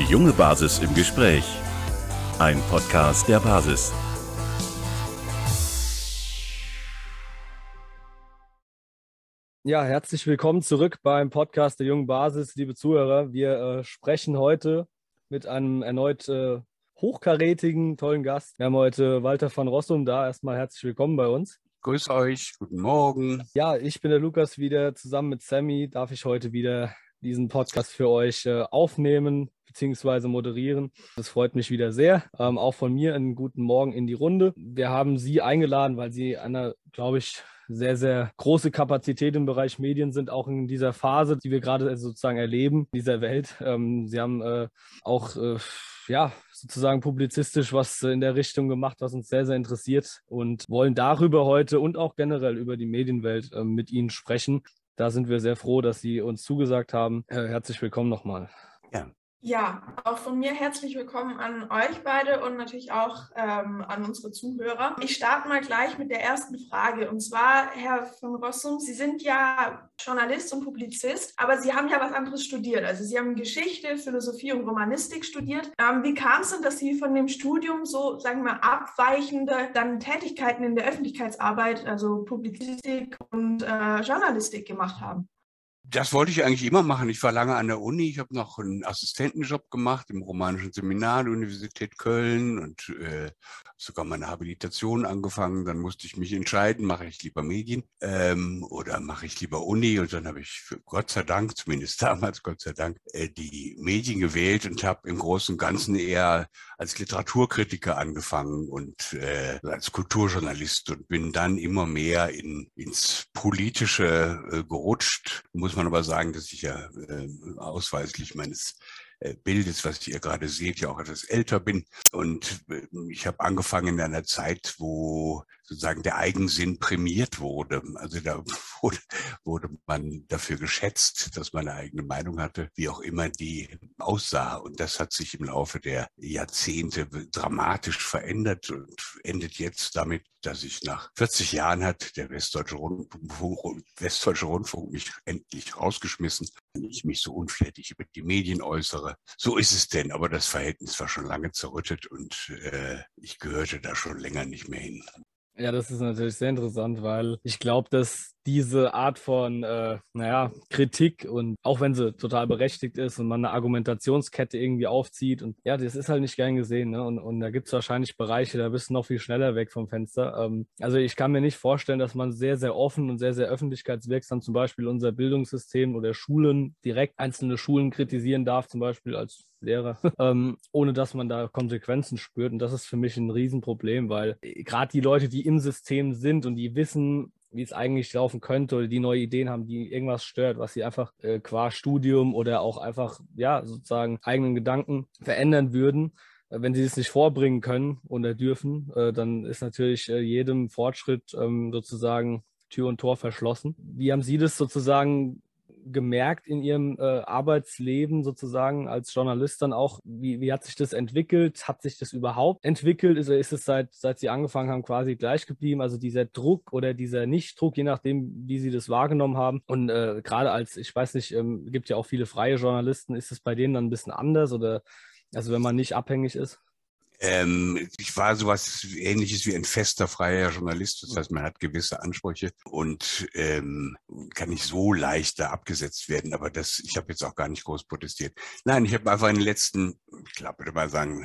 junge Basis im Gespräch. Ein Podcast der Basis. Ja, herzlich willkommen zurück beim Podcast der jungen Basis, liebe Zuhörer. Wir sprechen heute mit einem erneut hochkarätigen, tollen Gast. Wir haben heute Walter van Rossum da. Erstmal herzlich willkommen bei uns. Grüß euch, guten Morgen. Ja, ich bin der Lukas wieder. Zusammen mit Sammy darf ich heute wieder diesen Podcast für euch aufnehmen bzw. moderieren. Das freut mich wieder sehr. Auch von mir einen guten Morgen in die Runde. Wir haben Sie eingeladen, weil Sie eine, glaube ich, sehr, sehr große Kapazität im Bereich Medien sind, auch in dieser Phase, die wir gerade sozusagen erleben, dieser Welt. Sie haben auch sozusagen publizistisch was in der Richtung gemacht, was uns sehr, sehr interessiert und wollen darüber heute und auch generell über die Medienwelt mit Ihnen sprechen. Da sind wir sehr froh, dass Sie uns zugesagt haben. Herzlich willkommen nochmal. Ja, auch von mir herzlich willkommen an euch beide und natürlich auch an unsere Zuhörer. Ich starte mal gleich mit der ersten Frage. Und zwar, Herr von Rossum, Sie sind ja Journalist und Publizist, aber Sie haben ja was anderes studiert. Also Sie haben Geschichte, Philosophie und Romanistik studiert. Wie kam es denn, dass Sie von dem Studium so, sagen wir mal, abweichende dann Tätigkeiten in der Öffentlichkeitsarbeit, also Publizistik und Journalistik gemacht haben? Das wollte ich eigentlich immer machen. Ich war lange an der Uni. Ich habe noch einen Assistentenjob gemacht im Romanischen Seminar der Universität Köln und sogar meine Habilitation angefangen. Dann musste ich mich entscheiden, mache ich lieber Medien oder mache ich lieber Uni. Und dann habe ich Gott sei Dank, zumindest damals Gott sei Dank, die Medien gewählt und habe im Großen und Ganzen eher als Literaturkritiker angefangen und als Kulturjournalist und bin dann immer mehr ins Politische gerutscht. Muss man aber sagen, dass ich ja ausweislich meines Bildes, was ihr gerade seht, ja auch etwas älter bin. Und ich habe angefangen in einer Zeit, wo sozusagen der Eigensinn prämiert wurde. Also da wurde man dafür geschätzt, dass man eine eigene Meinung hatte, wie auch immer die aussah. Und das hat sich im Laufe der Jahrzehnte dramatisch verändert und endet jetzt damit, dass ich nach 40 Jahren hat der Westdeutsche Rundfunk mich endlich rausgeschmissen, wenn ich mich so unflätig über die Medien äußere. So ist es denn, aber das Verhältnis war schon lange zerrüttet und ich gehörte da schon länger nicht mehr hin. Ja, das ist natürlich sehr interessant, weil ich glaube, dass diese Art von Kritik und auch wenn sie total berechtigt ist und man eine Argumentationskette irgendwie aufzieht und ja, das ist halt nicht gern gesehen, ne? Und da gibt es wahrscheinlich Bereiche, da bist du noch viel schneller weg vom Fenster. Also ich kann mir nicht vorstellen, dass man sehr, sehr offen und sehr, sehr öffentlichkeitswirksam zum Beispiel unser Bildungssystem oder Schulen, direkt einzelne Schulen kritisieren darf, zum Beispiel als Lehrer, ohne dass man da Konsequenzen spürt. Und das ist für mich ein Riesenproblem, weil gerade die Leute, die im System sind und die wissen, wie es eigentlich laufen könnte oder die neue Ideen haben, die irgendwas stört, was sie einfach qua Studium oder auch einfach, ja, sozusagen eigenen Gedanken verändern würden. Wenn sie es nicht vorbringen können oder dürfen, dann ist natürlich jedem Fortschritt sozusagen Tür und Tor verschlossen. Wie haben Sie das sozusagen gemerkt in Ihrem Arbeitsleben sozusagen als Journalist dann auch? Wie hat sich das entwickelt? Hat sich das überhaupt entwickelt? Ist es seit Sie angefangen haben quasi gleich geblieben? Also dieser Druck oder dieser Nichtdruck, je nachdem, wie Sie das wahrgenommen haben. Und gerade als, ich weiß nicht, gibt ja auch viele freie Journalisten, ist es bei denen dann ein bisschen anders oder also wenn man nicht abhängig ist? Ich war sowas Ähnliches wie ein fester freier Journalist. Das heißt, man hat gewisse Ansprüche und kann nicht so leicht da abgesetzt werden. Aber ich habe jetzt auch gar nicht groß protestiert. Nein, ich habe einfach in den letzten, ich glaube, würde mal sagen,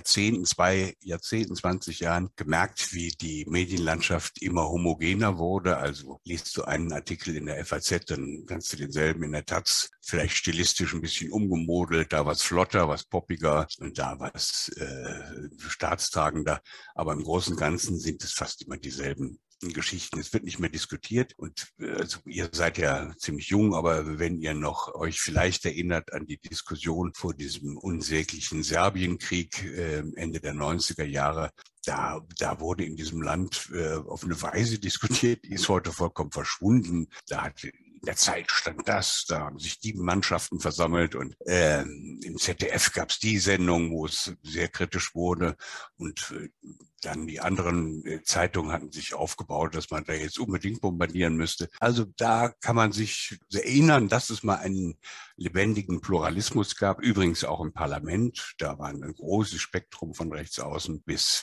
20 Jahren gemerkt, wie die Medienlandschaft immer homogener wurde. Also liest du einen Artikel in der FAZ, dann kannst du denselben in der Taz, vielleicht stilistisch ein bisschen umgemodelt, da was flotter, was poppiger und da was staatstragender, aber im Großen und Ganzen sind es fast immer dieselben Geschichten. Es wird nicht mehr diskutiert und also ihr seid ja ziemlich jung, aber wenn ihr noch euch vielleicht erinnert an die Diskussion vor diesem unsäglichen Serbienkrieg Ende der 90er Jahre, da wurde in diesem Land auf eine Weise diskutiert, die ist heute vollkommen verschwunden. In der Zeit stand das, da haben sich die Mannschaften versammelt und im ZDF gab es die Sendung, wo es sehr kritisch wurde und Dann die anderen Zeitungen hatten sich aufgebaut, dass man da jetzt unbedingt bombardieren müsste. Also da kann man sich erinnern, dass es mal einen lebendigen Pluralismus gab, übrigens auch im Parlament. Da war ein großes Spektrum von rechts außen bis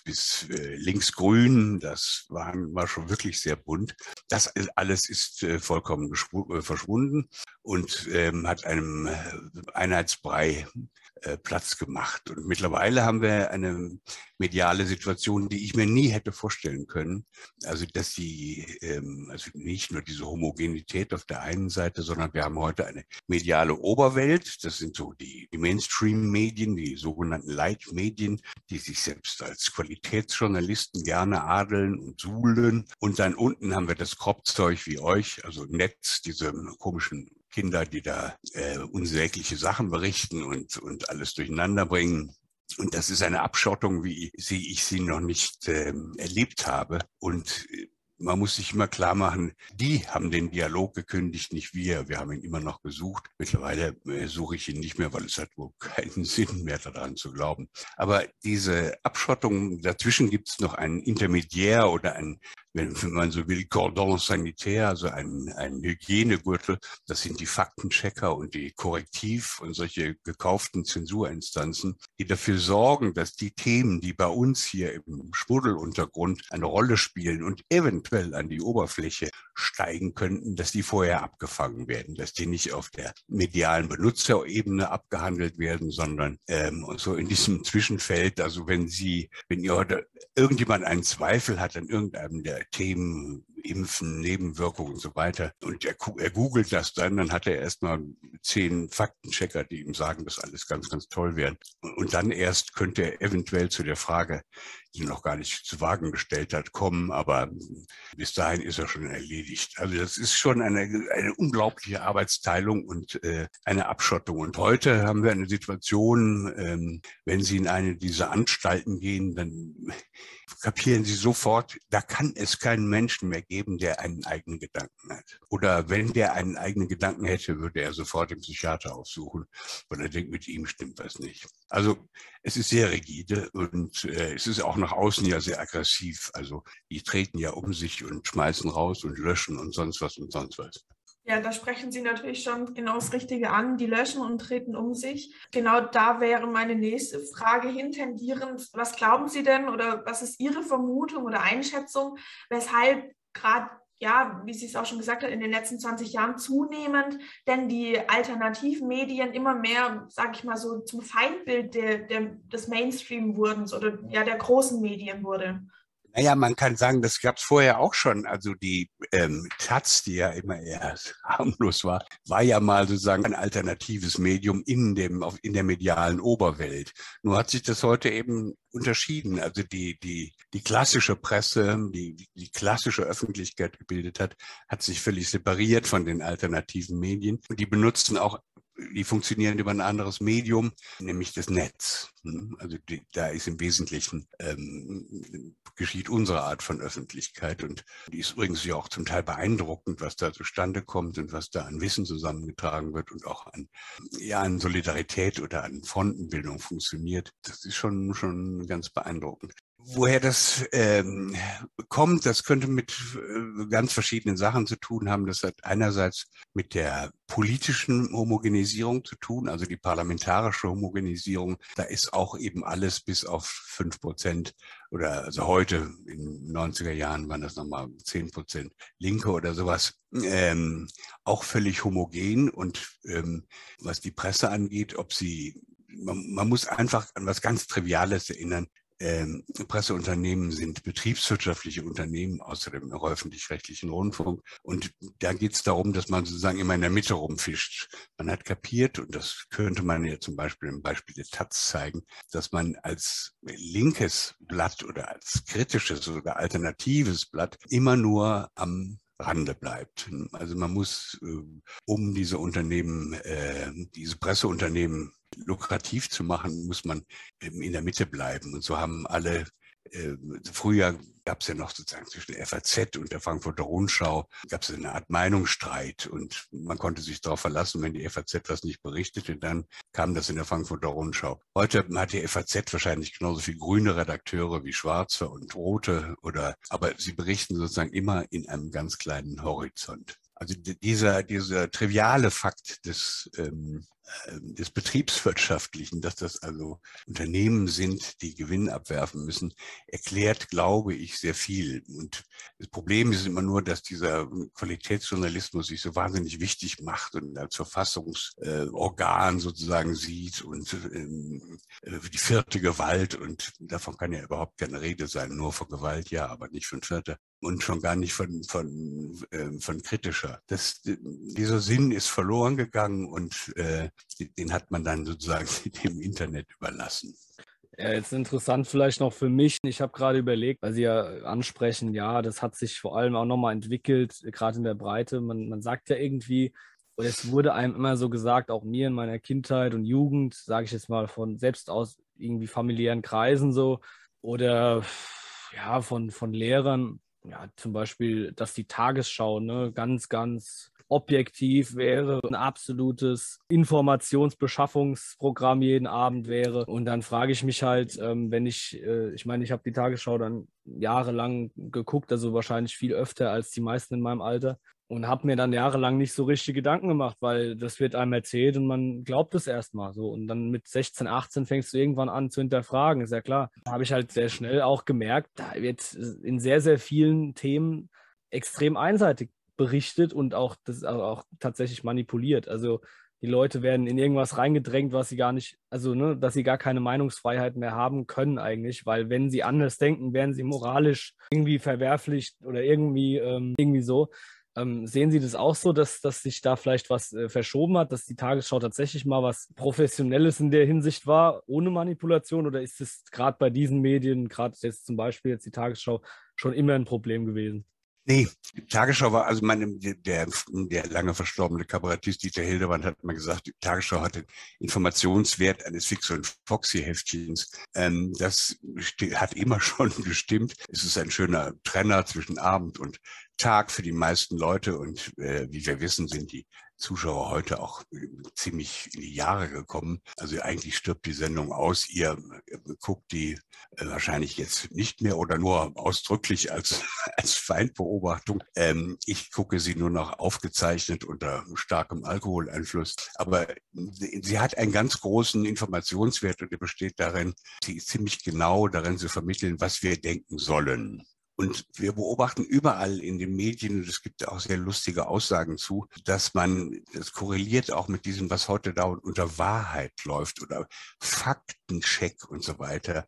linksgrün. Das war schon wirklich sehr bunt. Das alles ist vollkommen verschwunden und hat einem Einheitsbrei Platz gemacht. Und mittlerweile haben wir eine mediale Situation, die ich mir nie hätte vorstellen können. Also dass also nicht nur diese Homogenität auf der einen Seite, sondern wir haben heute eine mediale Oberwelt. Das sind so die Mainstream-Medien, die sogenannten Leitmedien, die sich selbst als Qualitätsjournalisten gerne adeln und suhlen. Und dann unten haben wir das Kropfzeug wie euch, also Netz, diese komischen Kinder, die da unsägliche Sachen berichten und alles durcheinander bringen. Und das ist eine Abschottung, wie ich sie noch nicht erlebt habe. Und man muss sich immer klar machen, die haben den Dialog gekündigt, nicht wir. Wir haben ihn immer noch gesucht. Mittlerweile suche ich ihn nicht mehr, weil es hat wohl keinen Sinn mehr daran zu glauben. Aber diese Abschottung, dazwischen gibt es noch einen Intermediär oder wenn man so will, Cordon sanitaire, also ein Hygienegürtel. Das sind die Faktenchecker und die Korrektiv- und solche gekauften Zensurinstanzen, die dafür sorgen, dass die Themen, die bei uns hier im Schmuddeluntergrund eine Rolle spielen und eventuell an die Oberfläche steigen könnten, dass die vorher abgefangen werden, dass die nicht auf der medialen Benutzerebene abgehandelt werden, sondern so in diesem Zwischenfeld, also wenn ihr heute irgendjemand einen Zweifel hat an irgendeinem der Themen, Impfen, Nebenwirkungen und so weiter, und er googelt das dann hat er erstmal 10 Faktenchecker, die ihm sagen, dass alles ganz, ganz toll wäre. Und dann erst könnte er eventuell zu der Frage, die noch gar nicht zu Wagen gestellt hat, kommen, aber bis dahin ist er schon erledigt. Also das ist schon eine unglaubliche Arbeitsteilung und eine Abschottung. Und heute haben wir eine Situation, wenn Sie in eine dieser Anstalten gehen, dann kapieren Sie sofort, da kann es keinen Menschen mehr geben, der einen eigenen Gedanken hat. Oder wenn der einen eigenen Gedanken hätte, würde er sofort den Psychiater aufsuchen, weil er denkt, mit ihm stimmt was nicht. Also es ist sehr rigide und es ist auch nach außen ja sehr aggressiv. Also die treten ja um sich und schmeißen raus und löschen und sonst was und sonst was. Ja, da sprechen Sie natürlich schon genau das Richtige an. Die löschen und treten um sich. Genau da wäre meine nächste Frage hintendierend. Was glauben Sie denn oder was ist Ihre Vermutung oder Einschätzung, weshalb gerade, ja, wie Sie es auch schon gesagt hat, in den letzten 20 Jahren zunehmend denn die alternativen Medien immer mehr, sage ich mal so, zum Feindbild des Mainstream wurden oder ja der großen Medien wurde? Naja, man kann sagen, das gab es vorher auch schon. Also die Taz, die ja immer eher harmlos war ja mal sozusagen ein alternatives Medium in der medialen Oberwelt. Nur hat sich das heute eben unterschieden. Also die klassische Presse, die klassische Öffentlichkeit gebildet hat sich völlig separiert von den alternativen Medien. Und die funktionieren über ein anderes Medium, nämlich das Netz. Also da ist im Wesentlichen geschieht unsere Art von Öffentlichkeit und die ist übrigens ja auch zum Teil beeindruckend, was da zustande kommt und was da an Wissen zusammengetragen wird und auch an Solidarität oder an Frontenbildung funktioniert. Das ist schon ganz beeindruckend. Woher das kommt, das könnte mit ganz verschiedenen Sachen zu tun haben. Das hat einerseits mit der politischen Homogenisierung zu tun, also die parlamentarische Homogenisierung. Da ist auch eben alles bis auf 5% oder also heute in den 90er Jahren waren das nochmal 10% Linke oder sowas, auch völlig homogen. Und was die Presse angeht, man muss einfach an was ganz Triviales erinnern. Presseunternehmen sind betriebswirtschaftliche Unternehmen, außerdem im öffentlich-rechtlichen Rundfunk. Und da geht es darum, dass man sozusagen immer in der Mitte rumfischt. Man hat kapiert, und das könnte man ja zum Beispiel im Beispiel der Taz zeigen, dass man als linkes Blatt oder als kritisches oder alternatives Blatt immer nur am Rande bleibt. Also man muss, um diese Presseunternehmen lukrativ zu machen, muss man in der Mitte bleiben. Und so haben alle Früher gab es ja noch sozusagen zwischen der FAZ und der Frankfurter Rundschau, gab es eine Art Meinungsstreit und man konnte sich darauf verlassen, wenn die FAZ was nicht berichtete, dann kam das in der Frankfurter Rundschau. Heute hat die FAZ wahrscheinlich genauso viel grüne Redakteure wie schwarze und rote, aber sie berichten sozusagen immer in einem ganz kleinen Horizont. Also dieser triviale Fakt des Betriebswirtschaftlichen, dass das also Unternehmen sind, die Gewinn abwerfen müssen, erklärt, glaube ich, sehr viel. Und das Problem ist immer nur, dass dieser Qualitätsjournalismus sich so wahnsinnig wichtig macht und als Verfassungsorgan sozusagen sieht und die vierte Gewalt, und davon kann ja überhaupt keine Rede sein, nur von Gewalt ja, aber nicht von vierter. Und schon gar nicht von kritischer. Dieser Sinn ist verloren gegangen und den hat man dann sozusagen dem Internet überlassen. Ja, jetzt interessant vielleicht noch für mich. Ich habe gerade überlegt, weil Sie ja ansprechen, ja, das hat sich vor allem auch nochmal entwickelt, gerade in der Breite. Man sagt ja irgendwie, oder es wurde einem immer so gesagt, auch mir in meiner Kindheit und Jugend, sage ich jetzt mal von selbst aus irgendwie familiären Kreisen so, oder ja, von Lehrern, ja, zum Beispiel, dass die Tagesschau ganz, ganz objektiv wäre, ein absolutes Informationsbeschaffungsprogramm jeden Abend wäre. Und dann frage ich mich halt, wenn ich meine, ich habe die Tagesschau dann jahrelang geguckt, also wahrscheinlich viel öfter als die meisten in meinem Alter. Und habe mir dann jahrelang nicht so richtig Gedanken gemacht, weil das wird einem erzählt und man glaubt es erstmal so. Und dann mit 16, 18 fängst du irgendwann an zu hinterfragen, ist ja klar. Da habe ich halt sehr schnell auch gemerkt, da wird in sehr, sehr vielen Themen extrem einseitig berichtet und auch tatsächlich manipuliert. Also die Leute werden in irgendwas reingedrängt, was sie gar nicht, dass sie gar keine Meinungsfreiheit mehr haben können eigentlich, weil wenn sie anders denken, werden sie moralisch irgendwie verwerflich oder irgendwie so. Sehen Sie das auch so, dass sich da vielleicht was verschoben hat, dass die Tagesschau tatsächlich mal was Professionelles in der Hinsicht war, ohne Manipulation? Oder ist es gerade bei diesen Medien, gerade jetzt zum Beispiel jetzt die Tagesschau, schon immer ein Problem gewesen? Nee, die Tagesschau war, also der lange verstorbene Kabarettist Dieter Hildebrand hat mal gesagt, die Tagesschau hat den Informationswert eines Fix- und Foxy-Heftchens. Das hat immer schon gestimmt. Es ist ein schöner Trenner zwischen Abend und Tag für die meisten Leute und wie wir wissen, sind die Zuschauer heute auch ziemlich in die Jahre gekommen. Also eigentlich stirbt die Sendung aus. Ihr guckt die wahrscheinlich jetzt nicht mehr oder nur ausdrücklich als Feindbeobachtung. Ich gucke sie nur noch aufgezeichnet unter starkem Alkoholeinfluss. Aber sie hat einen ganz großen Informationswert und der besteht darin, sie ist ziemlich genau darin zu vermitteln, was wir denken sollen. Und wir beobachten überall in den Medien, und es gibt auch sehr lustige Aussagen zu, dass das korreliert auch mit diesem, was heute da unter Wahrheit läuft oder Faktencheck und so weiter.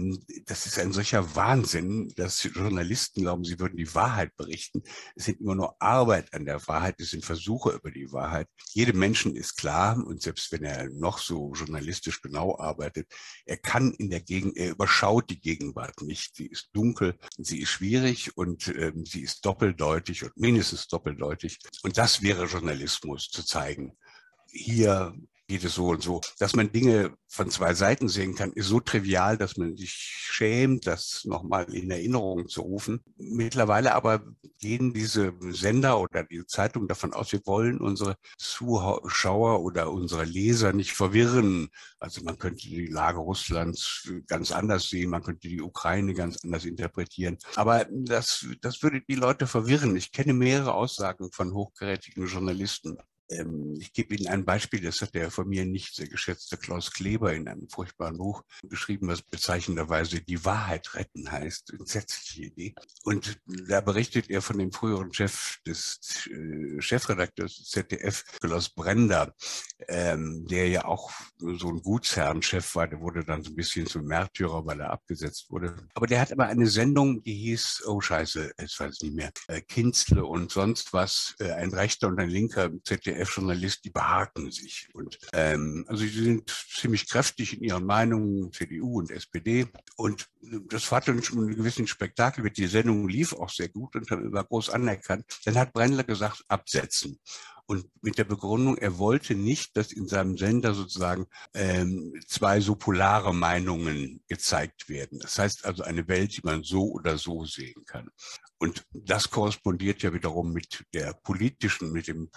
Das ist ein solcher Wahnsinn, dass Journalisten glauben, sie würden die Wahrheit berichten. Es sind immer nur Arbeit an der Wahrheit, es sind Versuche über die Wahrheit. Jedem Menschen ist klar, und selbst wenn er noch so journalistisch genau arbeitet, er überschaut die Gegenwart nicht. Sie ist dunkel, sie ist schwierig und sie ist doppeldeutig und mindestens doppeldeutig. Und das wäre Journalismus, zu zeigen, hier geht es so und so. Dass man Dinge von zwei Seiten sehen kann, ist so trivial, dass man sich schämt, das nochmal in Erinnerung zu rufen. Mittlerweile aber gehen diese Sender oder die Zeitungen davon aus, wir wollen unsere Zuschauer oder unsere Leser nicht verwirren. Also man könnte die Lage Russlands ganz anders sehen, man könnte die Ukraine ganz anders interpretieren. Aber das würde die Leute verwirren. Ich kenne mehrere Aussagen von hochkarätigen Journalisten. Ich gebe Ihnen ein Beispiel, das hat der von mir nicht sehr geschätzte Klaus Kleber in einem furchtbaren Buch geschrieben, was bezeichnenderweise Die Wahrheit retten heißt. Entsetzliche Idee. Und da berichtet er von dem früheren Chefredakteurs des ZDF, Klaus Brender, der ja auch so ein Gutsherrenchef war. Der wurde dann so ein bisschen zum Märtyrer, weil er abgesetzt wurde. Aber der hat aber eine Sendung, die hieß, oh Scheiße, ich weiß nicht mehr, Kinzle und sonst was, ein rechter und ein linker ZDF-Journalist, die behaken sich. Und also sie sind ziemlich kräftig in ihren Meinungen, CDU und SPD. Und das hatte schon einen gewissen Spektakel. Die Sendung lief auch sehr gut und war groß anerkannt. Dann hat Brendler gesagt, absetzen. und mit der Begründung, er wollte nicht, dass in seinem Sender sozusagen zwei so polare Meinungen gezeigt werden. Das heißt also eine Welt, die man so oder so sehen kann. Und das korrespondiert ja wiederum mit der politischen, mit dem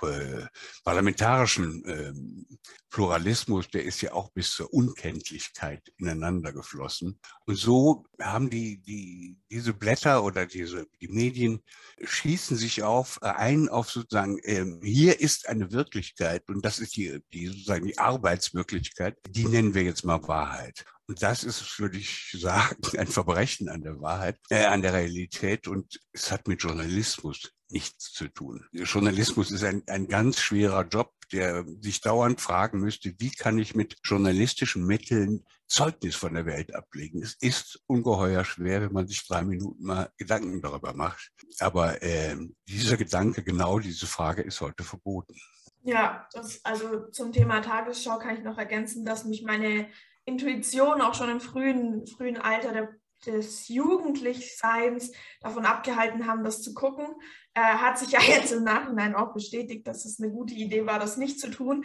parlamentarischen Pluralismus, der ist ja auch bis zur Unkenntlichkeit ineinander geflossen. Und so haben diese Blätter oder die Medien schießen sich auf sozusagen, hier ist eine Wirklichkeit und das ist sozusagen die Arbeitswirklichkeit, die nennen wir jetzt mal Wahrheit. Und das ist, würde ich sagen, ein Verbrechen an der Wahrheit, an der Realität, und es hat mit Journalismus nichts zu tun. Journalismus ist ein ganz schwerer Job, der sich dauernd fragen müsste, wie kann ich mit journalistischen Mitteln Zeugnis von der Welt ablegen. Es ist ungeheuer schwer, wenn man sich 3 Minuten mal Gedanken darüber macht. Aber dieser Gedanke, genau diese Frage, ist heute verboten. Ja, also zum Thema Tagesschau kann ich noch ergänzen, dass mich meine Intuition auch schon im frühen Alter des Jugendlichseins davon abgehalten haben, das zu gucken. Hat sich ja jetzt im Nachhinein auch bestätigt, dass es eine gute Idee war, das nicht zu tun.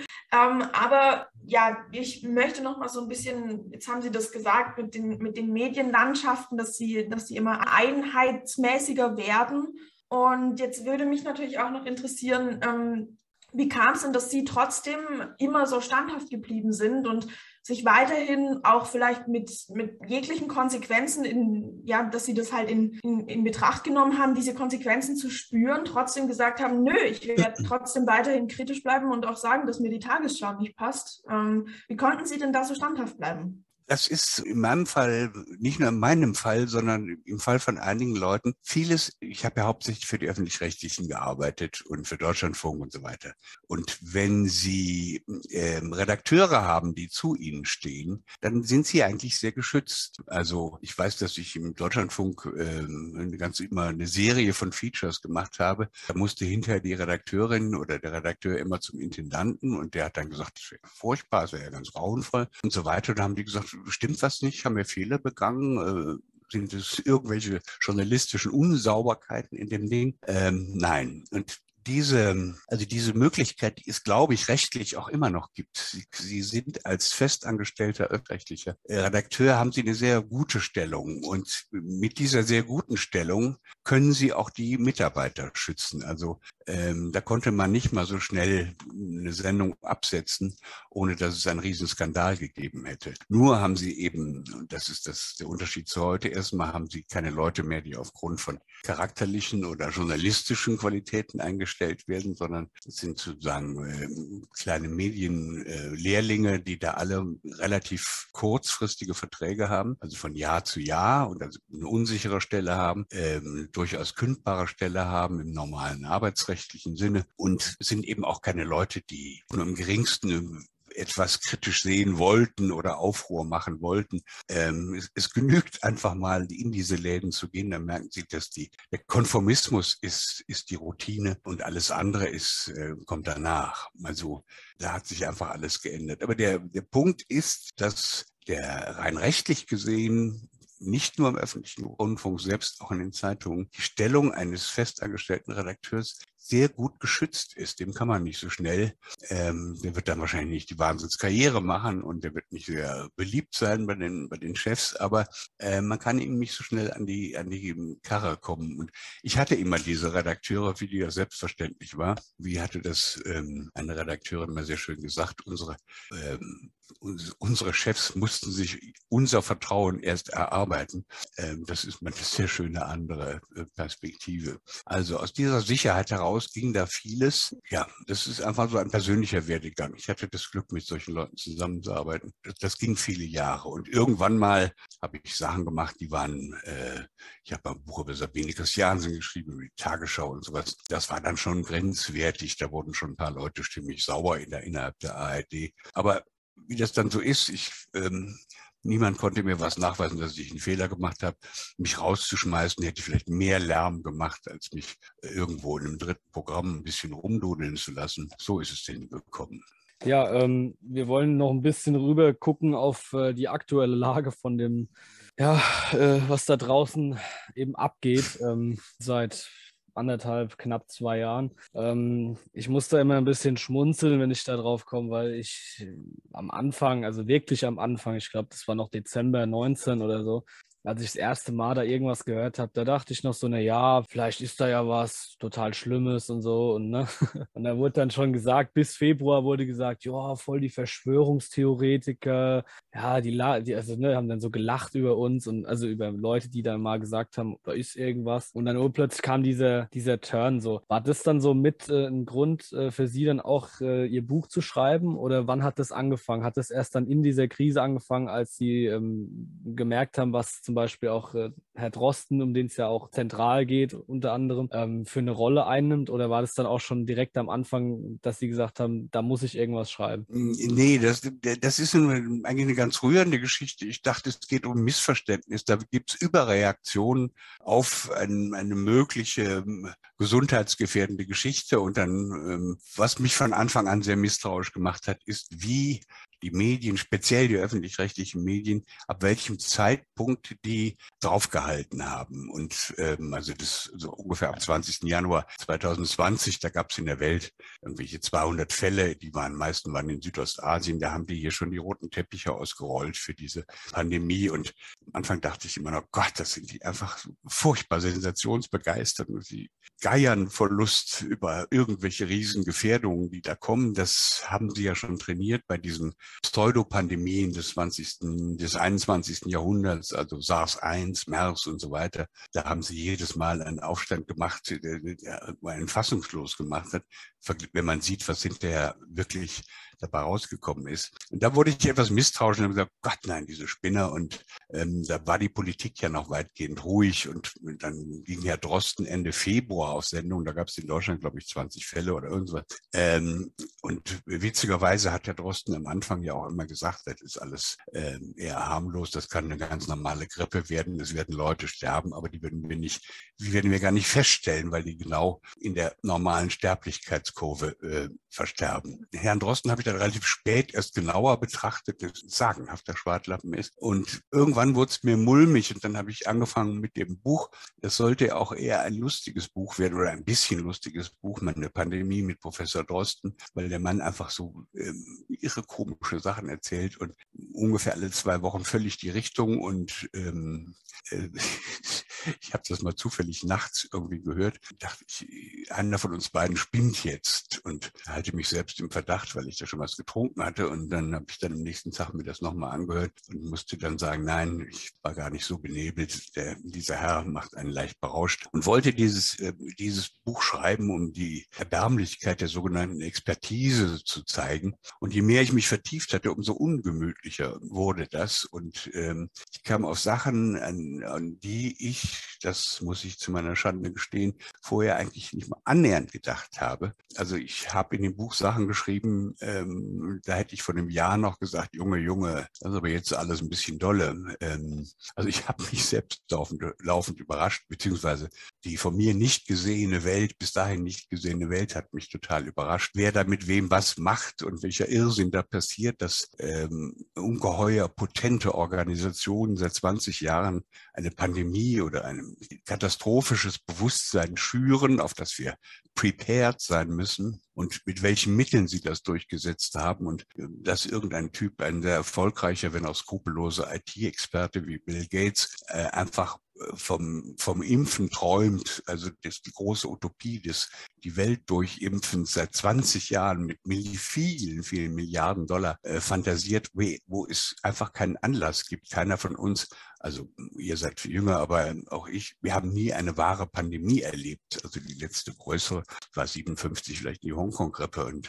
Aber ja, ich möchte noch mal so ein bisschen, jetzt haben Sie das gesagt, mit den Medienlandschaften, dass sie immer einheitsmäßiger werden. Und jetzt würde mich natürlich auch noch interessieren, wie kam es denn, dass Sie trotzdem immer so standhaft geblieben sind und sich weiterhin auch vielleicht mit jeglichen Konsequenzen, dass Sie das halt in Betracht genommen haben, diese Konsequenzen zu spüren, trotzdem gesagt haben, nö, ich werde trotzdem weiterhin kritisch bleiben und auch sagen, dass mir die Tagesschau nicht passt. Wie konnten Sie denn da so standhaft bleiben? Das ist in meinem Fall, nicht nur in meinem Fall, sondern im Fall von einigen Leuten, vieles, ich habe ja hauptsächlich für die Öffentlich-Rechtlichen gearbeitet und für Deutschlandfunk und so weiter. Und wenn Sie Redakteure haben, die zu Ihnen stehen, dann sind Sie eigentlich sehr geschützt. Also ich weiß, dass ich im Deutschlandfunk immer eine Serie von Features gemacht habe. Da musste hinterher die Redakteurin oder der Redakteur immer zum Intendanten und der hat dann gesagt, das wäre furchtbar, das wäre ja ganz grauenvoll und so weiter. Und da haben die gesagt, stimmt was nicht? Haben wir Fehler begangen? Sind es irgendwelche journalistischen Unsauberkeiten in dem Ding? Nein. Und diese Möglichkeit, die es, glaube ich, rechtlich auch immer noch gibt. Sie sind als festangestellter öffentlich-rechtlicher Redakteur, haben Sie eine sehr gute Stellung. Und mit dieser sehr guten Stellung können Sie auch die Mitarbeiter schützen. Also da konnte man nicht mal so schnell eine Sendung absetzen, ohne dass es einen Riesenskandal gegeben hätte. Nur haben Sie eben, und das ist der Unterschied zu heute, erstmal haben Sie keine Leute mehr, die aufgrund von charakterlichen oder journalistischen Qualitäten eingestellt werden, sondern es sind sozusagen kleine Medienlehrlinge, die da alle relativ kurzfristige Verträge haben, also von Jahr zu Jahr und also eine unsichere Stelle haben, durchaus kündbare Stelle haben im normalen Arbeitsrechtlichen Sinne und sind eben auch keine Leute, die nur im geringsten etwas kritisch sehen wollten oder Aufruhr machen wollten. Es genügt einfach mal, in diese Läden zu gehen, dann merken Sie, dass der Konformismus ist die Routine und alles andere kommt danach. Also da hat sich einfach alles geändert. Aber der Punkt ist, dass der rein rechtlich gesehen nicht nur im öffentlichen Rundfunk, selbst auch in den Zeitungen, die Stellung eines festangestellten Redakteurs sehr gut geschützt ist. Dem kann man nicht so schnell, der wird dann wahrscheinlich nicht die Wahnsinnskarriere machen und der wird nicht sehr beliebt sein bei den Chefs, aber man kann ihm nicht so schnell an die Karre kommen. Und ich hatte immer diese Redakteure, wie die das selbstverständlich war. Wie hatte das eine Redakteurin mal sehr schön gesagt, unsere Chefs mussten sich unser Vertrauen erst erarbeiten. Das ist mal eine sehr schöne andere Perspektive. Also aus dieser Sicherheit heraus ging da vieles. Ja, das ist einfach so ein persönlicher Werdegang. Ich hatte das Glück, mit solchen Leuten zusammenzuarbeiten. Das ging viele Jahre. Und irgendwann mal habe ich Sachen gemacht, die waren, ich habe ein Buch über Sabine Christiansen geschrieben, über die Tagesschau und sowas. Das war dann schon grenzwertig. Da wurden schon ein paar Leute ziemlich sauer innerhalb der ARD. Aber wie das dann so ist, niemand konnte mir was nachweisen, dass ich einen Fehler gemacht habe. Mich rauszuschmeißen, hätte vielleicht mehr Lärm gemacht, als mich irgendwo in einem dritten Programm ein bisschen rumdudeln zu lassen. So ist es denn gekommen. Ja, wir wollen noch ein bisschen rüber gucken auf die aktuelle Lage von dem, was da draußen eben abgeht. Seit anderthalb, knapp 2 Jahren. Ich musste immer ein bisschen schmunzeln, wenn ich da drauf komme, weil ich am Anfang, also wirklich am Anfang, ich glaube, das war noch Dezember 19 oder so, als ich das erste Mal da irgendwas gehört habe, da dachte ich noch so, na ja, vielleicht ist da ja was total Schlimmes und so. Und, ne? Und da wurde dann schon gesagt, bis Februar wurde gesagt, ja, voll die Verschwörungstheoretiker. Ja, die also, ne, haben dann so gelacht über uns und also über Leute, die dann mal gesagt haben, da ist irgendwas. Und dann urplötzlich kam dieser Turn so. War das dann so mit ein Grund für Sie dann auch Ihr Buch zu schreiben? Oder wann hat das angefangen? Hat das erst dann in dieser Krise angefangen, als Sie gemerkt haben, was zum Beispiel auch Herr Drosten, um den es ja auch zentral geht, unter anderem, für eine Rolle einnimmt? Oder war das dann auch schon direkt am Anfang, dass Sie gesagt haben, da muss ich irgendwas schreiben? Nee, das ist eigentlich eine ganz rührende Geschichte. Ich dachte, es geht um Missverständnis. Da gibt es Überreaktionen auf eine mögliche gesundheitsgefährdende Geschichte. Und dann, was mich von Anfang an sehr misstrauisch gemacht hat, ist, wie die Medien, speziell die öffentlich-rechtlichen Medien, ab welchem Zeitpunkt die draufgehalten haben. Und also das so ungefähr am 20. Januar 2020, da gab es in der Welt irgendwelche 200 Fälle, die meisten waren in Südostasien, da haben die hier schon die roten Teppiche ausgerollt für diese Pandemie. Und am Anfang dachte ich immer noch, Gott, das sind die einfach so furchtbar sensationsbegeistert und sie geiern vor Lust über irgendwelche Riesengefährdungen, die da kommen. Das haben sie ja schon trainiert bei diesen Pseudopandemien des 21. Jahrhunderts, also SARS-1, MERS und so weiter. Da haben sie jedes Mal einen Aufstand gemacht, der einen fassungslos gemacht hat, wenn man sieht, was hinterher wirklich dabei rausgekommen ist. Und da wurde ich etwas misstrauisch und habe gesagt, Gott nein, diese Spinner. Und da war die Politik ja noch weitgehend ruhig. Und dann ging Herr Drosten Ende Februar auf Sendung. Da gab es in Deutschland, glaube ich, 20 Fälle oder irgendwas. Und witzigerweise hat Herr Drosten am Anfang ja auch immer gesagt, das ist alles eher harmlos. Das kann eine ganz normale Grippe werden. Es werden Leute sterben, aber die werden wir gar nicht feststellen, weil die genau in der normalen Sterblichkeitskurve versterben. Herrn Drosten habe ich dann relativ spät erst genauer betrachtet, dass ein sagenhafter Schwartlappen ist. Und irgendwann wurde es mir mulmig und dann habe ich angefangen mit dem Buch. Das sollte auch eher ein lustiges Buch werden oder ein bisschen lustiges Buch, meine Pandemie mit Professor Drosten, weil der Mann einfach so irre komische Sachen erzählt und ungefähr alle 2 Wochen völlig die Richtung. Und ich habe das mal zufällig nachts irgendwie gehört. Dachte ich, einer von uns beiden spinnt jetzt und halte mich selbst im Verdacht, weil ich da schon was getrunken hatte. Und dann habe ich dann am nächsten Tag mir das nochmal angehört und musste dann sagen, nein, ich war gar nicht so benebelt. Dieser Herr macht einen leicht berauscht und wollte dieses Buch schreiben, um die Erbärmlichkeit der sogenannten Expertise zu zeigen. Und je mehr ich mich vertieft hatte, umso ungemütlicher wurde das. Und ich kam auf Sachen, an die ich, das muss ich zu meiner Schande gestehen, vorher eigentlich nicht mal annähernd gedacht habe. Also ich habe in dem Buch Sachen geschrieben, da hätte ich vor einem Jahr noch gesagt, Junge, das ist aber jetzt alles ein bisschen dolle. Also ich habe mich selbst laufend überrascht, beziehungsweise die von mir nicht gesehene Welt, bis dahin nicht gesehene Welt hat mich total überrascht. Wer da mit wem was macht und welcher Irrsinn da passiert, dass ungeheuer potente Organisationen seit 20 Jahren eine Pandemie oder ein katastrophisches Bewusstsein schüren, auf das wir prepared sein müssen und mit welchen Mitteln sie das durchgesetzt haben und dass irgendein Typ, ein sehr erfolgreicher, wenn auch skrupelloser IT-Experte wie Bill Gates einfach vom Impfen träumt, also das die große Utopie des die Welt durchimpfen seit 20 Jahren mit vielen Milliarden Dollar fantasiert, wo es einfach keinen Anlass gibt. Keiner von uns, also ihr seid jünger, aber auch ich, wir haben nie eine wahre Pandemie erlebt. Also die letzte größere war 57, vielleicht die Hongkong-Grippe und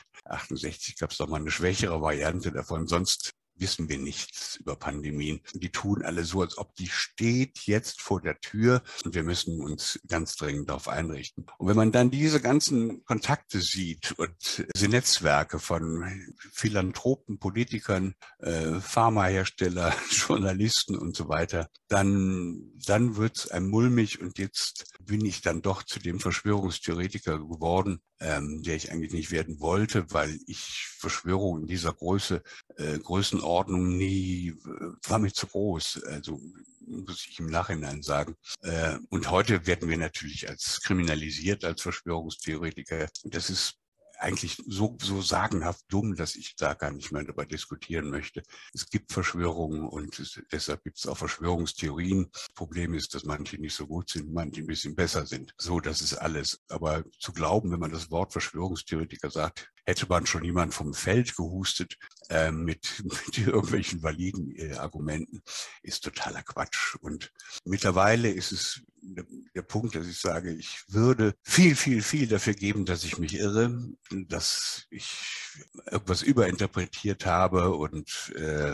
68 gab es doch mal eine schwächere Variante davon. Sonst wissen wir nichts über Pandemien. Die tun alle so, als ob die steht jetzt vor der Tür und wir müssen uns ganz dringend darauf einrichten. Und wenn man dann diese ganzen Kontakte sieht und diese Netzwerke von Philanthropen, Politikern, Pharmahersteller, Journalisten und so weiter, dann wird es einem mulmig und jetzt bin ich dann doch zu dem Verschwörungstheoretiker geworden, der ich eigentlich nicht werden wollte, weil ich Verschwörungen in dieser Größenordnung nie, war mir zu groß. Also muss ich im Nachhinein sagen. Und heute werden wir natürlich als kriminalisiert, als Verschwörungstheoretiker. Das ist eigentlich so sagenhaft dumm, dass ich da gar nicht mehr darüber diskutieren möchte. Es gibt Verschwörungen und deshalb gibt es auch Verschwörungstheorien. Problem ist, dass manche nicht so gut sind, manche ein bisschen besser sind. So, das ist alles. Aber zu glauben, wenn man das Wort Verschwörungstheoretiker sagt, hätte man schon jemand vom Feld gehustet mit irgendwelchen validen Argumenten, ist totaler Quatsch. Und mittlerweile ist es der Punkt, dass ich sage, ich würde viel, viel, viel dafür geben, dass ich mich irre, dass ich irgendwas überinterpretiert habe und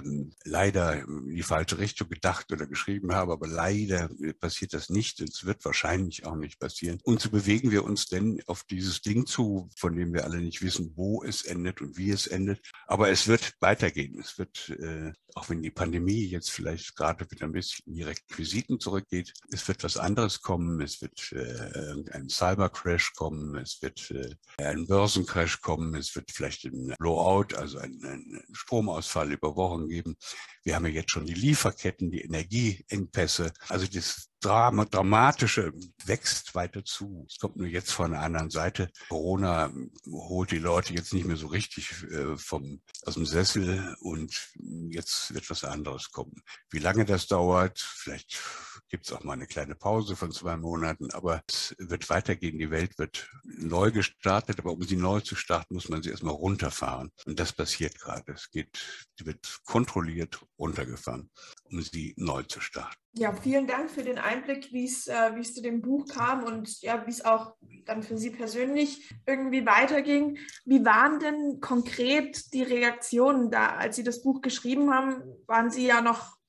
leider in die falsche Richtung gedacht oder geschrieben habe, aber leider passiert das nicht und es wird wahrscheinlich auch nicht passieren. Und so bewegen wir uns denn auf dieses Ding zu, von dem wir alle nicht wissen, wo es endet und wie es endet. Aber es wird weitergehen. Es wird, auch wenn die Pandemie jetzt vielleicht gerade wieder ein bisschen in die Requisiten zurückgeht, es wird was anderes kommen. Es wird ein Cybercrash kommen. Es wird ein Börsencrash kommen. Es wird vielleicht ein Blowout, also ein Stromausfall über Wochen geben. Wir haben ja jetzt schon die Lieferketten, die Energieengpässe. Also das Dramatische wächst weiter zu. Es kommt nur jetzt von einer anderen Seite. Corona holt die Leute jetzt nicht mehr so richtig aus dem Sessel und jetzt wird was anderes kommen. Wie lange das dauert, vielleicht gibt es auch mal eine kleine Pause von 2 Monaten, aber es wird weitergehen. Die Welt wird neu gestartet, aber um sie neu zu starten, muss man sie erstmal runterfahren. Und das passiert gerade. Die wird kontrolliert runtergefahren, um sie neu zu starten. Ja, vielen Dank für den Einblick, wie es zu dem Buch kam und ja, wie es auch dann für Sie persönlich irgendwie weiterging. Wie waren denn konkret die Reaktionen da, als Sie das Buch geschrieben haben? Waren Sie ja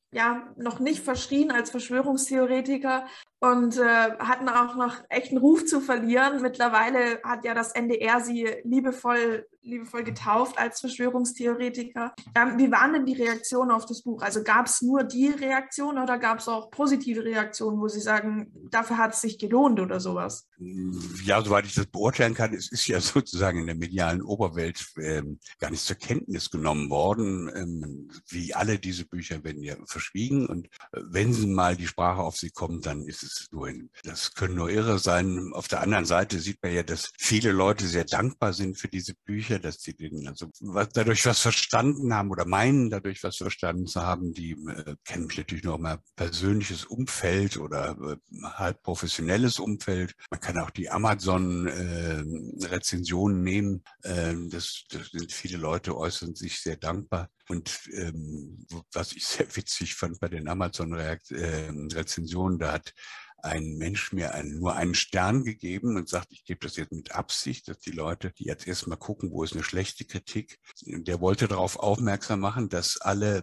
noch nicht verschrien als Verschwörungstheoretiker und hatten auch noch echt einen Ruf zu verlieren. Mittlerweile hat ja das NDR Sie liebevoll getauft als Verschwörungstheoretiker. Wie waren denn die Reaktionen auf das Buch? Also gab es nur die Reaktion oder gab es auch positive Reaktionen, wo Sie sagen, dafür hat es sich gelohnt oder sowas? Ja, soweit ich das beurteilen kann, es ist ja sozusagen in der medialen Oberwelt gar nicht zur Kenntnis genommen worden. Wie alle diese Bücher werden ja verschwiegen und wenn mal die Sprache auf sie kommt, dann ist es das können nur Irre sein. Auf der anderen Seite sieht man ja, dass viele Leute sehr dankbar sind für diese Bücher, dass sie dadurch was verstanden haben oder meinen, dadurch was verstanden zu haben. Die kennen natürlich noch mal persönliches Umfeld oder halb professionelles Umfeld. Man kann auch die Amazon-Rezensionen nehmen. Das sind viele Leute, äußern sich sehr dankbar. Und was ich sehr witzig fand bei den Amazon-Rezensionen, da hat ein Mensch mir nur einen Stern gegeben und sagt, ich gebe das jetzt mit Absicht, dass die Leute, die jetzt erstmal gucken, wo ist eine schlechte Kritik, der wollte darauf aufmerksam machen, dass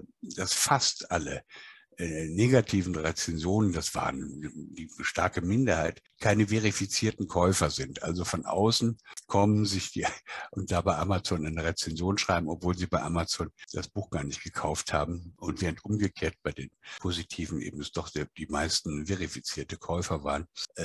fast alle negativen Rezensionen, das waren die starke Minderheit, keine verifizierten Käufer sind. Also von außen kommen sich die und da bei Amazon eine Rezension schreiben, obwohl sie bei Amazon das Buch gar nicht gekauft haben. Und während umgekehrt bei den positiven eben es doch die meisten verifizierte Käufer waren.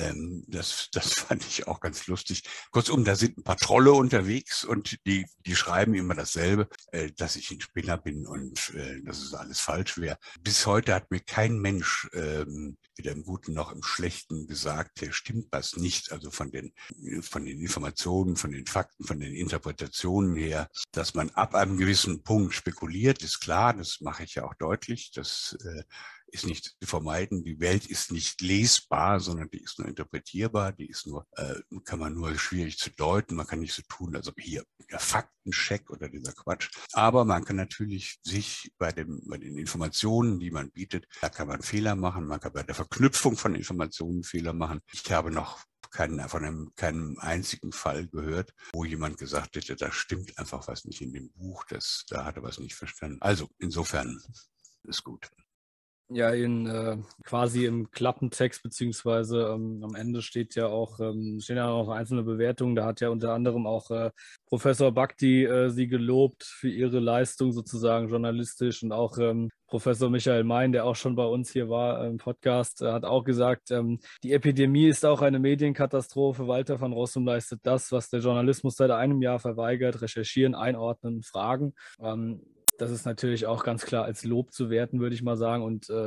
Das fand ich auch ganz lustig. Kurzum, da sind ein paar Trolle unterwegs und die schreiben immer dasselbe, dass ich ein Spinner bin und dass es alles falsch wäre. Bis heute hat mir kein Mensch, weder im Guten noch im Schlechten, gesagt, hier stimmt was nicht. Also von den Informationen, von den Fakten, von den Interpretationen her, dass man ab einem gewissen Punkt spekuliert, ist klar, das mache ich ja auch deutlich. Das ist nicht zu vermeiden. Die Welt ist nicht lesbar, sondern die ist nur interpretierbar. Kann man nur schwierig zu deuten. Man kann nicht so tun, als ob hier der Faktencheck oder dieser Quatsch. Aber man kann natürlich sich bei den Informationen, die man bietet, da kann man Fehler machen. Man kann bei der Verknüpfung von Informationen Fehler machen. Ich habe noch von keinem einzigen Fall gehört, wo jemand gesagt hätte, da stimmt einfach was nicht in dem Buch, da hat er was nicht verstanden. Also insofern ist gut. Ja, quasi im Klappentext, beziehungsweise am Ende stehen ja auch einzelne Bewertungen. Da hat ja unter anderem auch Professor Bhakti sie gelobt für ihre Leistung sozusagen journalistisch und auch Professor Michael Mein, der auch schon bei uns hier war im Podcast, hat auch gesagt, die Epidemie ist auch eine Medienkatastrophe. Walter von Rossum leistet das, was der Journalismus seit einem Jahr verweigert: recherchieren, einordnen, fragen. Das ist natürlich auch ganz klar als Lob zu werten, würde ich mal sagen. Und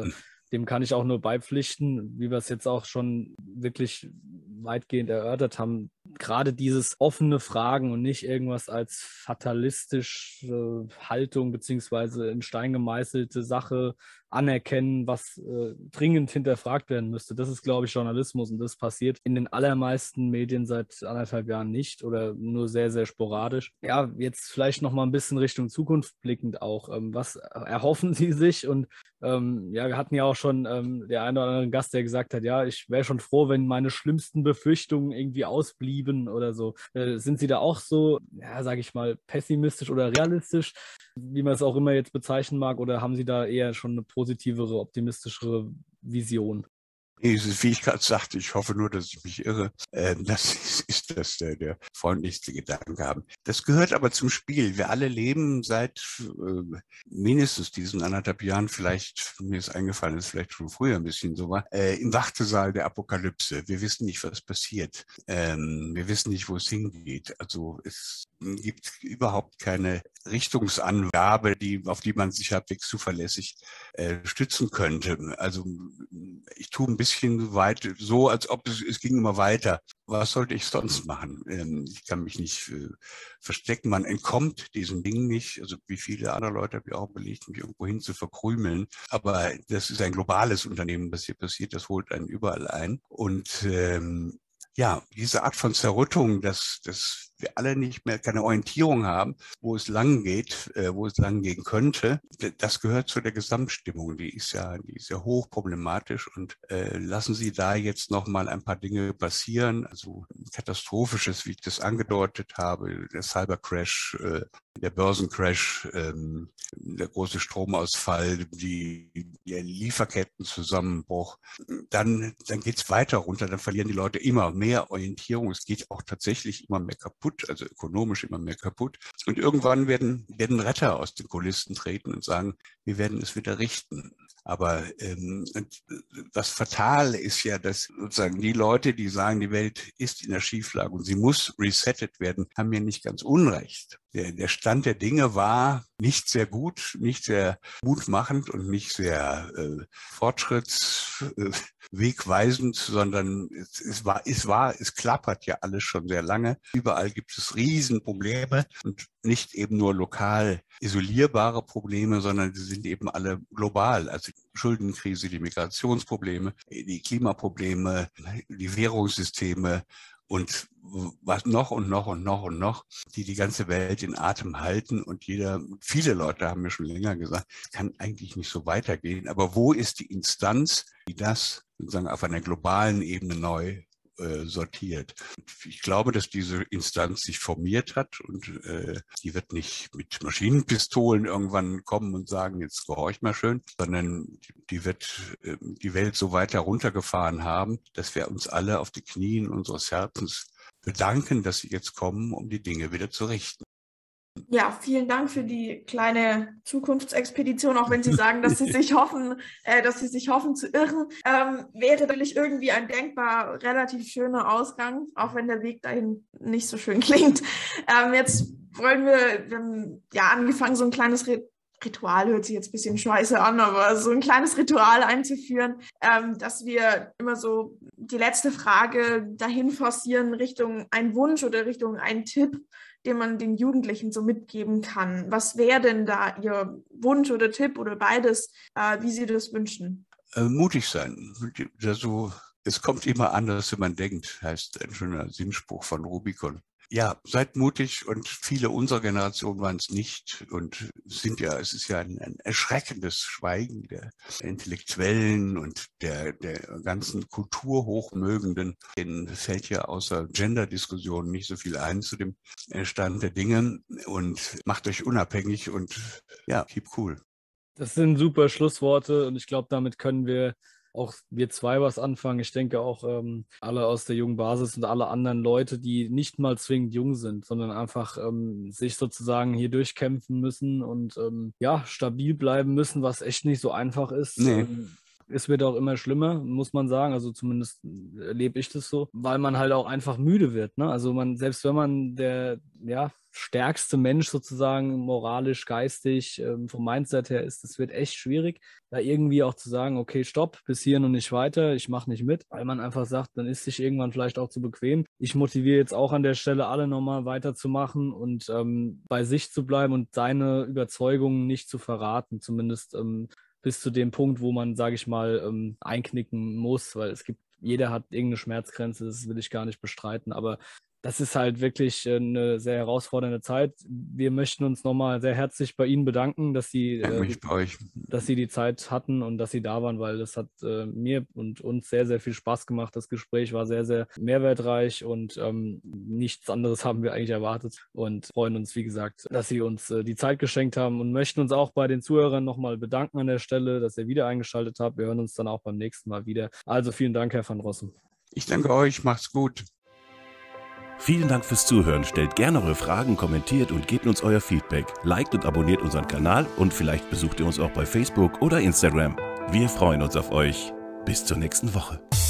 dem kann ich auch nur beipflichten, wie wir es jetzt auch schon wirklich weitgehend erörtert haben. Gerade dieses offene Fragen und nicht irgendwas als fatalistische Haltung beziehungsweise in Stein gemeißelte Sache anerkennen, was dringend hinterfragt werden müsste. Das ist, glaube ich, Journalismus, und das passiert in den allermeisten Medien seit 1,5 Jahren nicht oder nur sehr, sehr sporadisch. Ja, jetzt vielleicht noch mal ein bisschen Richtung Zukunft blickend auch. Was erhoffen Sie sich? Und ja, wir hatten ja auch schon der eine oder andere Gast, der gesagt hat, ja, ich wäre schon froh, wenn meine schlimmsten Befürchtungen irgendwie ausblieben oder so. Sind Sie da auch so, ja, sage ich mal, pessimistisch oder realistisch, wie man es auch immer jetzt bezeichnen mag, oder haben Sie da eher schon eine positivere, optimistischere Vision? Wie ich gerade sagte, ich hoffe nur, dass ich mich irre. Das ist das der freundlichste Gedanke haben. Das gehört aber zum Spiel. Wir alle leben seit mindestens diesen 1,5 Jahren, vielleicht, mir ist eingefallen, ist vielleicht schon früher ein bisschen so war, im Wartesaal der Apokalypse. Wir wissen nicht, was passiert. Wir wissen nicht, wo es hingeht. Also es gibt überhaupt keine Richtungsangabe, auf die man sich halbwegs zuverlässig stützen könnte. Also ich tue ein bisschen weit, so als ob es ging immer weiter. Was sollte ich sonst machen? Ich kann mich nicht verstecken. Man entkommt diesen Dingen nicht. Also wie viele andere Leute habe ich auch belegt, mich irgendwo hin zu verkrümeln. Aber das ist ein globales Unternehmen, was hier passiert. Das holt einen überall ein. Und ja, diese Art von Zerrüttung, dass wir alle nicht mehr keine Orientierung haben, wo es lang geht, wo es lang gehen könnte, das gehört zu der Gesamtstimmung. Die ist ja hoch problematisch, und lassen Sie da jetzt noch mal ein paar Dinge passieren, also Katastrophisches, wie ich das angedeutet habe, der Cybercrash, der Börsencrash, der große Stromausfall, der Lieferkettenzusammenbruch, dann geht's weiter runter, dann verlieren die Leute immer mehr Orientierung. Es geht auch tatsächlich immer mehr kaputt, also ökonomisch immer mehr kaputt. Und irgendwann werden Retter aus den Kulissen treten und sagen, wir werden es wieder richten. Aber was fatal ist ja, dass sozusagen die Leute, die sagen, die Welt ist in der Schieflage und sie muss resettet werden, haben ja nicht ganz Unrecht. Der Stand der Dinge war nicht sehr gut, nicht sehr mutmachend und nicht sehr fortschrittswegweisend, sondern es klappert ja alles schon sehr lange. Überall gibt es Riesenprobleme und nicht eben nur lokal isolierbare Probleme, sondern sie sind eben alle global. Also die Schuldenkrise, die Migrationsprobleme, die Klimaprobleme, die Währungssysteme und was noch und noch und noch und noch, die ganze Welt in Atem halten. Und viele Leute haben mir schon länger gesagt, es kann eigentlich nicht so weitergehen. Aber wo ist die Instanz, die das sozusagen auf einer globalen Ebene neu sortiert? Ich glaube, dass diese Instanz sich formiert hat, und die wird nicht mit Maschinenpistolen irgendwann kommen und sagen, jetzt gehorcht mal schön, sondern die wird die Welt so weit heruntergefahren haben, dass wir uns alle auf die Knien unseres Herzens bedanken, dass sie jetzt kommen, um die Dinge wieder zu richten. Ja, vielen Dank für die kleine Zukunftsexpedition, auch wenn Sie sagen, dass Sie sich hoffen zu irren. Wäre natürlich irgendwie ein denkbar relativ schöner Ausgang, auch wenn der Weg dahin nicht so schön klingt. Jetzt wollen wir ja angefangen, so ein kleines Ritual, hört sich jetzt ein bisschen scheiße an, aber so ein kleines Ritual einzuführen, dass wir immer so die letzte Frage dahin forcieren Richtung einen Wunsch oder Richtung einen Tipp, den man den Jugendlichen so mitgeben kann. Was wäre denn da Ihr Wunsch oder Tipp oder beides, wie Sie das wünschen? Mutig sein. Also, es kommt immer anders, wenn man denkt, heißt ein schöner Sinnspruch von Rubicon. Ja, seid mutig, und viele unserer Generation waren es nicht und es ist ja ein erschreckendes Schweigen der Intellektuellen und der ganzen Kulturhochmögenden. Denen fällt ja außer Gender-Diskussionen nicht so viel ein zu dem Stand der Dinge, und macht euch unabhängig und ja, keep cool. Das sind super Schlussworte, und ich glaube, damit können auch wir zwei was anfangen. Ich denke auch alle aus der jungen Basis und alle anderen Leute, die nicht mal zwingend jung sind, sondern einfach sich sozusagen hier durchkämpfen müssen und ja, stabil bleiben müssen, was echt nicht so einfach ist. Nee. Es wird auch immer schlimmer, muss man sagen. Also zumindest erlebe ich das so, weil man halt auch einfach müde wird. Ne? Also selbst wenn man der stärkste Mensch sozusagen moralisch, geistig, vom Mindset her ist, das wird echt schwierig, da irgendwie auch zu sagen, okay, stopp, bis hierhin und nicht weiter, ich mache nicht mit, weil man einfach sagt, dann ist sich irgendwann vielleicht auch zu bequem. Ich motiviere jetzt auch an der Stelle alle nochmal weiterzumachen und bei sich zu bleiben und seine Überzeugungen nicht zu verraten, zumindest bis zu dem Punkt, wo man, sage ich mal, einknicken muss, weil jeder hat irgendeine Schmerzgrenze, das will ich gar nicht bestreiten, aber das ist halt wirklich eine sehr herausfordernde Zeit. Wir möchten uns nochmal sehr herzlich bei Ihnen bedanken, dass Sie die Zeit hatten und dass Sie da waren, weil das hat mir und uns sehr, sehr viel Spaß gemacht. Das Gespräch war sehr, sehr mehrwertreich und nichts anderes haben wir eigentlich erwartet und freuen uns, wie gesagt, dass Sie uns die Zeit geschenkt haben und möchten uns auch bei den Zuhörern nochmal bedanken an der Stelle, dass ihr wieder eingeschaltet habt. Wir hören uns dann auch beim nächsten Mal wieder. Also vielen Dank, Herr van Rossum. Ich danke euch, macht's gut. Vielen Dank fürs Zuhören. Stellt gerne eure Fragen, kommentiert und gebt uns euer Feedback. Liked und abonniert unseren Kanal und vielleicht besucht ihr uns auch bei Facebook oder Instagram. Wir freuen uns auf euch. Bis zur nächsten Woche.